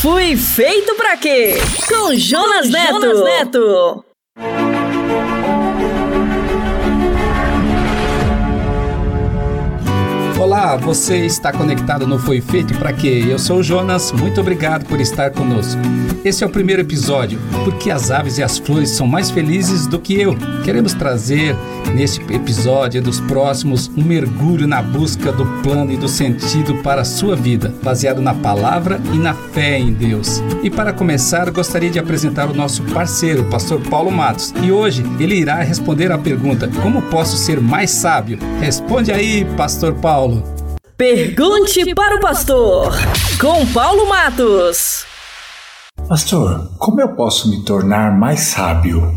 Fui feito pra quê? Com Jonas Neto. Olá, você está conectado no Foi Feito Pra Quê? Eu sou o Jonas, muito obrigado por estar conosco. Esse é o primeiro episódio, porque as aves e as flores são mais felizes do que eu. Queremos trazer, neste episódio e dos próximos, um mergulho na busca do plano e do sentido para a sua vida, baseado na palavra e na fé em Deus. E para começar, gostaria de apresentar o nosso parceiro, o pastor Paulo Matos. E hoje ele irá responder à pergunta: como posso ser mais sábio? Responde aí, pastor Paulo. Pergunte para o pastor, com Paulo Matos. Pastor, como eu posso me tornar mais sábio?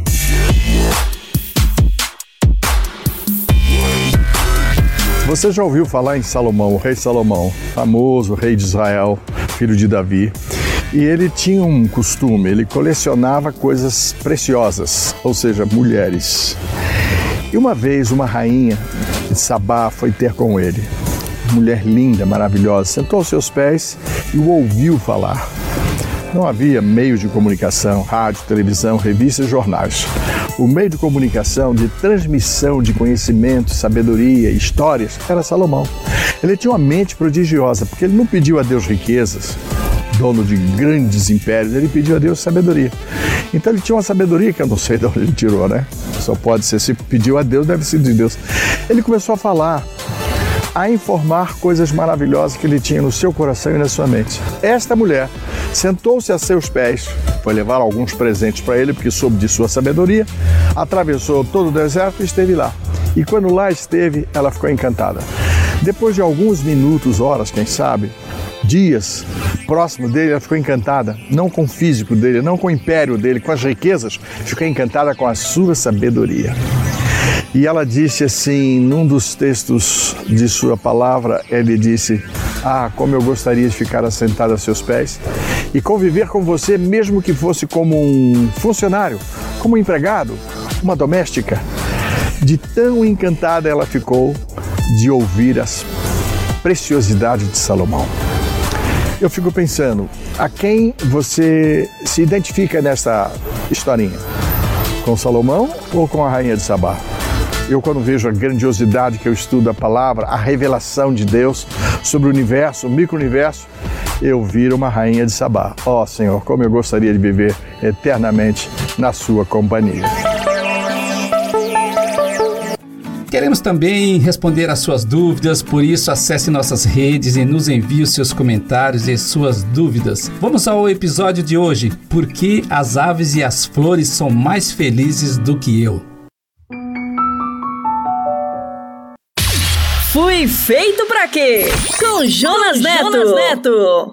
Você já ouviu falar em Salomão, o rei Salomão, famoso rei de Israel, filho de Davi? E ele tinha um costume, ele colecionava coisas preciosas, ou seja, mulheres. E uma vez uma rainha de Sabá foi ter com ele. Mulher linda, maravilhosa, sentou aos seus pés e o ouviu falar. Não havia meio de comunicação, rádio, televisão, revistas, jornais. O meio de comunicação, de transmissão de conhecimento, sabedoria, histórias, era Salomão. Ele tinha uma mente prodigiosa, porque ele não pediu a Deus riquezas, dono de grandes impérios, ele pediu a Deus sabedoria. Então ele tinha uma sabedoria que eu não sei de onde ele tirou, né? Só pode ser, se pediu a Deus, deve ser de Deus. Ele começou a falar, a informar coisas maravilhosas que ele tinha no seu coração e na sua mente. Esta mulher sentou-se a seus pés, foi levar alguns presentes para ele, porque soube de sua sabedoria, atravessou todo o deserto e esteve lá. E quando lá esteve, ela ficou encantada. Depois de alguns minutos, horas, quem sabe, dias, próximo dele, ela ficou encantada, não com o físico dele, não com o império dele, com as riquezas, ficou encantada com a sua sabedoria. E ela disse assim, num dos textos de sua palavra, ele disse: como eu gostaria de ficar assentada a seus pés e conviver com você, mesmo que fosse como um funcionário, como um empregado, uma doméstica. De tão encantada ela ficou de ouvir as preciosidades de Salomão. Eu fico pensando, a quem você se identifica nessa historinha? Com Salomão ou com a rainha de Sabá? Eu, quando vejo a grandiosidade que eu estudo a palavra, a revelação de Deus sobre o universo, o micro-universo, eu viro uma rainha de Sabá. Senhor, como eu gostaria de viver eternamente na sua companhia. Queremos também responder às suas dúvidas, por isso acesse nossas redes e nos envie os seus comentários e suas dúvidas. Vamos ao episódio de hoje: por que as aves e as flores são mais felizes do que eu? Fui feito pra quê? Com Jonas Neto.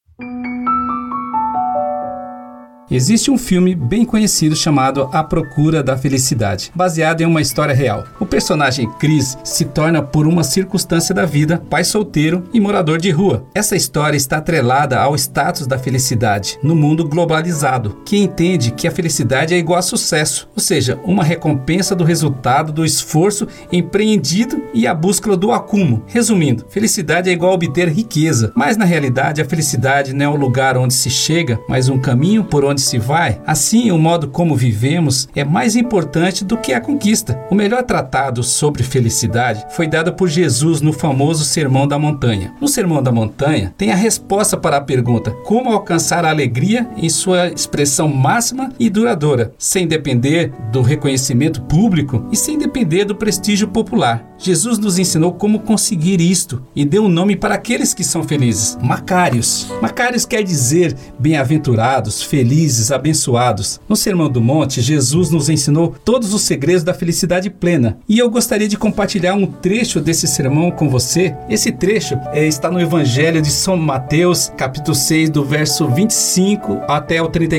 Existe um filme bem conhecido chamado A Procura da Felicidade, baseado em uma história real. O personagem Chris se torna, por uma circunstância da vida, pai solteiro e morador de rua. Essa história está atrelada ao status da felicidade no mundo globalizado, que entende que a felicidade é igual a sucesso, ou seja, uma recompensa do resultado do esforço empreendido e a busca do acúmulo. Resumindo, felicidade é igual a obter riqueza, mas na realidade a felicidade não é um lugar onde se chega, mas um caminho por onde se vai. Assim, o modo como vivemos é mais importante do que a conquista. O melhor tratado sobre felicidade foi dado por Jesus no famoso Sermão da Montanha. No Sermão da Montanha tem a resposta para a pergunta: como alcançar a alegria em sua expressão máxima e duradoura, sem depender do reconhecimento público e sem depender do prestígio popular. Jesus nos ensinou como conseguir isto e deu um nome para aqueles que são felizes: Macários. Macários quer dizer bem-aventurados, felizes, abençoados. No Sermão do Monte, Jesus nos ensinou todos os segredos da felicidade plena. E eu gostaria de compartilhar um trecho desse sermão com você. Esse trecho está no Evangelho de São Mateus, capítulo 6, do verso 25 até o 34.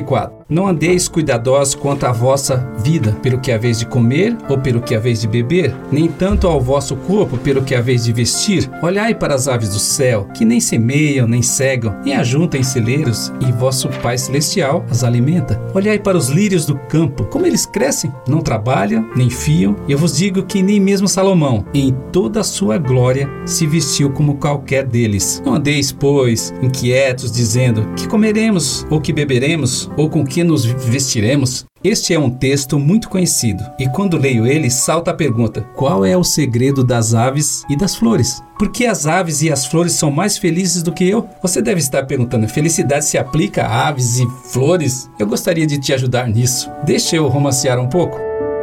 Não andeis cuidadosos quanto à vossa vida, pelo que haveis de comer ou pelo que haveis de beber, nem tanto ao vosso corpo, pelo que haveis de vestir. Olhai para as aves do céu, que nem semeiam, nem cegam, nem ajuntam em celeiros, e vosso Pai Celestial as alimenta. Olhai para os lírios do campo, como eles crescem, não trabalham, nem fiam. Eu vos digo que nem mesmo Salomão, em toda a sua glória, se vestiu como qualquer deles. Não andeis, pois, inquietos, dizendo: que comeremos, ou que beberemos, ou com que nos vestiremos? Este é um texto muito conhecido, e quando leio ele, salta a pergunta: qual é o segredo das aves e das flores? Por que as aves e as flores são mais felizes do que eu? Você deve estar perguntando: felicidade se aplica a aves e flores? Eu gostaria de te ajudar nisso. Deixa eu romancear um pouco.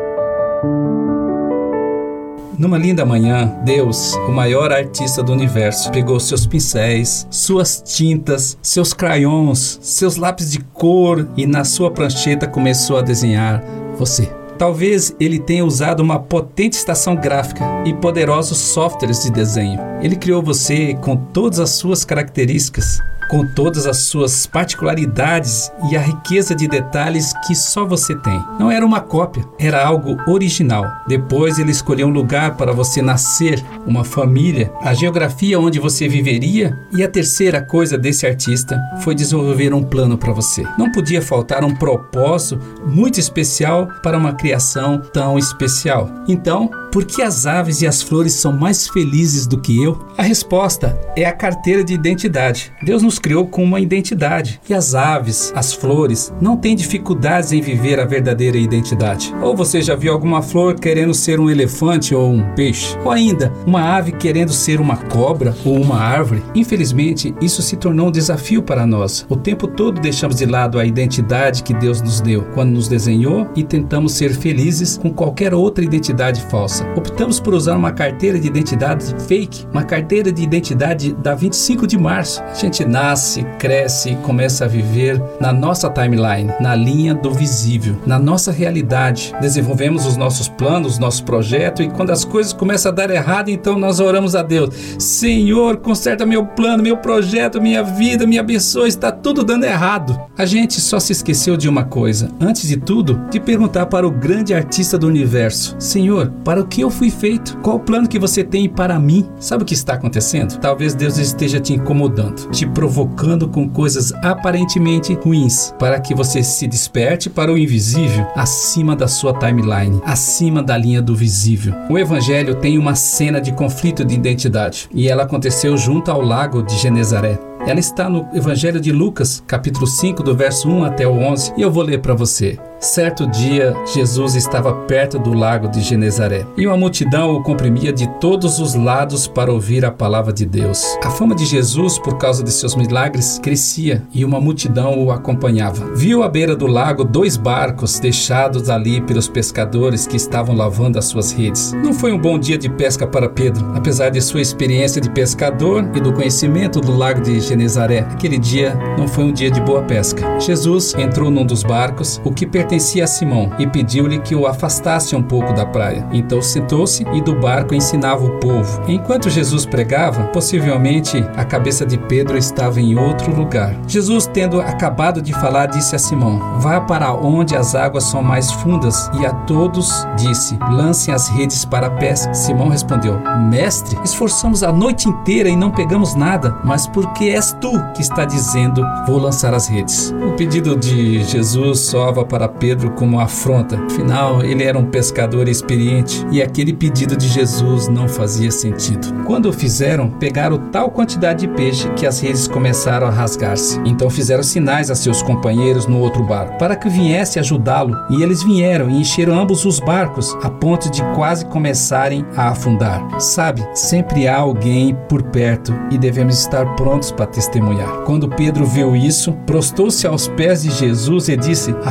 Numa linda manhã, Deus, o maior artista do universo, pegou seus pincéis, suas tintas, seus crayons, seus lápis de cor e na sua prancheta começou a desenhar você. Talvez ele tenha usado uma potente estação gráfica e poderosos softwares de desenho. Ele criou você com todas as suas características, com todas as suas particularidades e a riqueza de detalhes que só você tem. Não era uma cópia, era algo original. Depois ele escolheu um lugar para você nascer, uma família, a geografia onde você viveria, e a terceira coisa desse artista foi desenvolver um plano para você. Não podia faltar um propósito muito especial para uma criação tão especial. Então, por que as aves e as flores são mais felizes do que eu? A resposta é a carteira de identidade. Deus nos criou com uma identidade. E as aves, as flores, não têm dificuldades em viver a verdadeira identidade. Ou você já viu alguma flor querendo ser um elefante ou um peixe? Ou ainda, uma ave querendo ser uma cobra ou uma árvore? Infelizmente, isso se tornou um desafio para nós. O tempo todo deixamos de lado a identidade que Deus nos deu quando nos desenhou e tentamos ser felizes com qualquer outra identidade falsa. Optamos por usar uma carteira de identidade fake, uma carteira de identidade da 25 de março. A gente nasce, cresce e começa a viver na nossa timeline, na linha do visível, na nossa realidade. Desenvolvemos os nossos planos, nosso projeto, e quando as coisas começam a dar errado, então nós oramos a Deus: Senhor, conserta meu plano, meu projeto, minha vida, me abençoe, está tudo dando errado. A gente só se esqueceu de uma coisa, antes de tudo, de perguntar para o grande artista do universo: Senhor, para o que eu fui feito? Qual o plano que você tem para mim? Sabe o que está acontecendo? Talvez Deus esteja te incomodando, te provocando com coisas aparentemente ruins, para que você se desperte para o invisível acima da sua timeline, acima da linha do visível. O Evangelho tem uma cena de conflito de identidade, e ela aconteceu junto ao lago de Genezaré. Ela está no Evangelho de Lucas, capítulo 5, do verso 1 até o 11, e eu vou ler para você. Certo dia, Jesus estava perto do lago de Genezaré, e uma multidão o comprimia de todos os lados para ouvir a palavra de Deus. A fama de Jesus, por causa de seus milagres, crescia, e uma multidão o acompanhava. Viu à beira do lago 2 barcos deixados ali pelos pescadores que estavam lavando as suas redes. Não foi um bom dia de pesca para Pedro, apesar de sua experiência de pescador e do conhecimento do lago de Genezaré. Aquele dia não foi um dia de boa pesca. Jesus entrou num dos barcos, o que pertencia a Simão, e pediu-lhe que o afastasse um pouco da praia. Então sentou-se e do barco ensinava o povo. Enquanto Jesus pregava, possivelmente a cabeça de Pedro estava em outro lugar. Jesus, tendo acabado de falar, disse a Simão: vá para onde as águas são mais fundas, e a todos disse: lancem as redes para a pesca. Simão respondeu: Mestre, esforçamos a noite inteira e não pegamos nada, mas porque és tu que está dizendo: vou lançar as redes. O pedido de Jesus soava para Pedro como afronta. Afinal, ele era um pescador experiente e aquele pedido de Jesus não fazia sentido. Quando o fizeram, pegaram tal quantidade de peixe que as redes começaram a rasgar-se. Então fizeram sinais a seus companheiros no outro barco para que viesse ajudá-lo, e eles vieram e encheram ambos os barcos a ponto de quase começarem a afundar. Sabe, sempre há alguém por perto e devemos estar prontos para testemunhar. Quando Pedro viu isso, prostou-se aos pés de Jesus e disse: afasta-te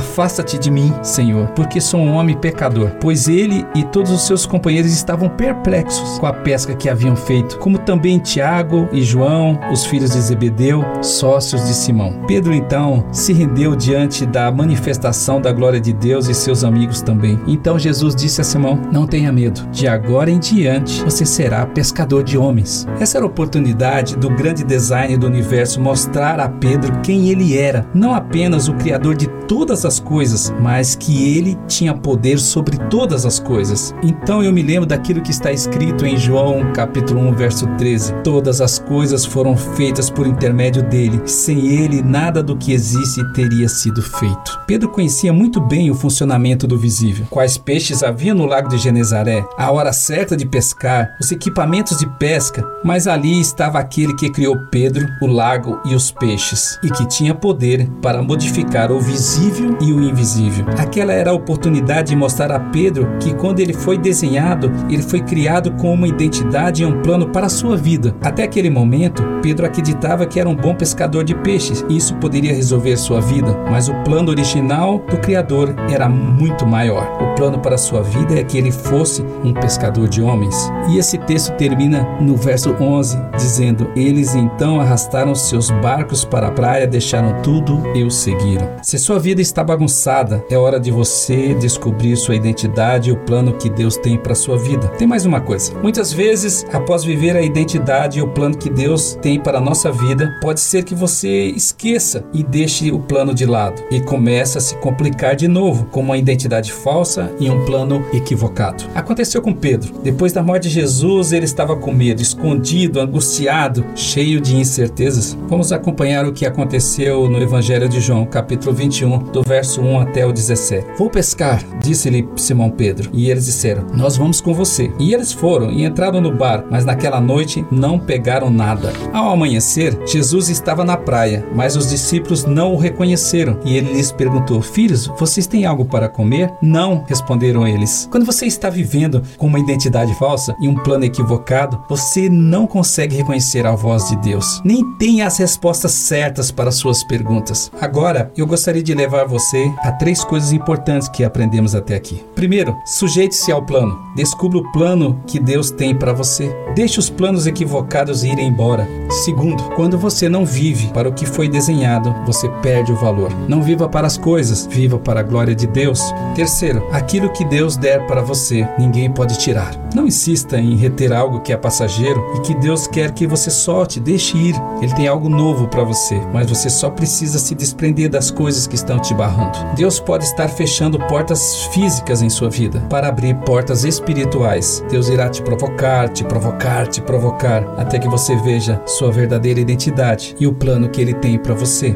parte de mim, Senhor, porque sou um homem pecador. Pois ele e todos os seus companheiros estavam perplexos com a pesca que haviam feito, como também Tiago e João, os filhos de Zebedeu, sócios de Simão. Pedro então se rendeu diante da manifestação da glória de Deus e seus amigos também. Então Jesus disse a Simão: não tenha medo, de agora em diante você será pescador de homens. Essa era a oportunidade do grande design do universo mostrar a Pedro quem ele era, não apenas o criador de todas as coisas, mas que ele tinha poder sobre todas as coisas. Então eu me lembro daquilo que está escrito em João capítulo 1, verso 13. Todas as coisas foram feitas por intermédio dele. Sem ele, nada do que existe teria sido feito. Pedro conhecia muito bem o funcionamento do visível. Quais peixes havia no lago de Genezaré, a hora certa de pescar, os equipamentos de pesca, mas ali estava aquele que criou Pedro, o lago e os peixes, e que tinha poder para modificar o visível e o invisível. Aquela era a oportunidade de mostrar a Pedro que quando ele foi desenhado, ele foi criado com uma identidade e um plano para a sua vida. Até aquele momento, Pedro acreditava que era um bom pescador de peixes e isso poderia resolver sua vida, mas o plano original do Criador era muito maior. O plano para a sua vida é que ele fosse um pescador de homens. E esse texto termina no verso 11, dizendo: eles então arrastaram seus barcos para a praia, deixaram tudo e o seguiram. Se sua vida está bagunçada, é hora de você descobrir sua identidade e o plano que Deus tem para sua vida. Tem mais uma coisa: muitas vezes, após viver a identidade e o plano que Deus tem para a nossa vida, pode ser que você esqueça e deixe o plano de lado e comece a se complicar de novo com uma identidade falsa e um plano equivocado. Aconteceu com Pedro. Depois da morte de Jesus, ele estava com medo, escondido, angustiado, cheio de incertezas. Vamos acompanhar o que aconteceu no Evangelho de João, capítulo 21, do verso 1 até o 17. Vou pescar, disse-lhe Simão Pedro. E eles disseram: nós vamos com você. E eles foram e entraram no bar, mas naquela noite não pegaram nada. Ao amanhecer, Jesus estava na praia, mas os discípulos não o reconheceram. E ele lhes perguntou: filhos, vocês têm algo para comer? Não, responderam eles. Quando você está vivendo com uma identidade falsa e um plano equivocado, você não consegue reconhecer a voz de Deus, nem tem as respostas certas para suas perguntas. Agora, eu gostaria de levar você a 3 coisas importantes que aprendemos até aqui. Primeiro, sujeite-se ao plano. Descubra o plano que Deus tem para você. Deixe os planos equivocados irem embora. Segundo, quando você não vive para o que foi desenhado, você perde o valor. Não viva para as coisas, viva para a glória de Deus. Terceiro, aquilo que Deus der para você, ninguém pode tirar. Não insista em reter algo que é passageiro e que Deus quer que você solte, deixe ir. Ele tem algo novo para você, mas você só precisa se desprender das coisas que estão te barrando. Deus pode estar fechando portas físicas em sua vida para abrir portas espirituais. Deus irá te provocar, te provocar, te provocar, até que você veja sua verdadeira identidade e o plano que Ele tem para você.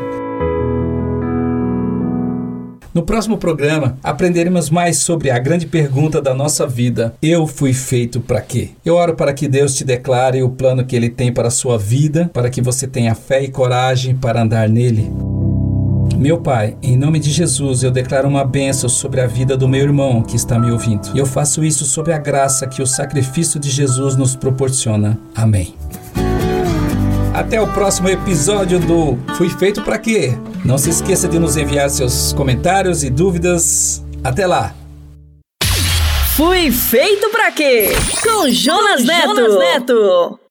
No próximo programa, aprenderemos mais sobre a grande pergunta da nossa vida: eu fui feito para quê? Eu oro para que Deus te declare o plano que Ele tem para a sua vida, para que você tenha fé e coragem para andar nele. Meu Pai, em nome de Jesus, eu declaro uma bênção sobre a vida do meu irmão que está me ouvindo. E eu faço isso sob a graça que o sacrifício de Jesus nos proporciona. Amém. Até o próximo episódio do Fui Feito Pra Quê? Não se esqueça de nos enviar seus comentários e dúvidas. Até lá! Fui Feito Pra Quê? Com Jonas Neto.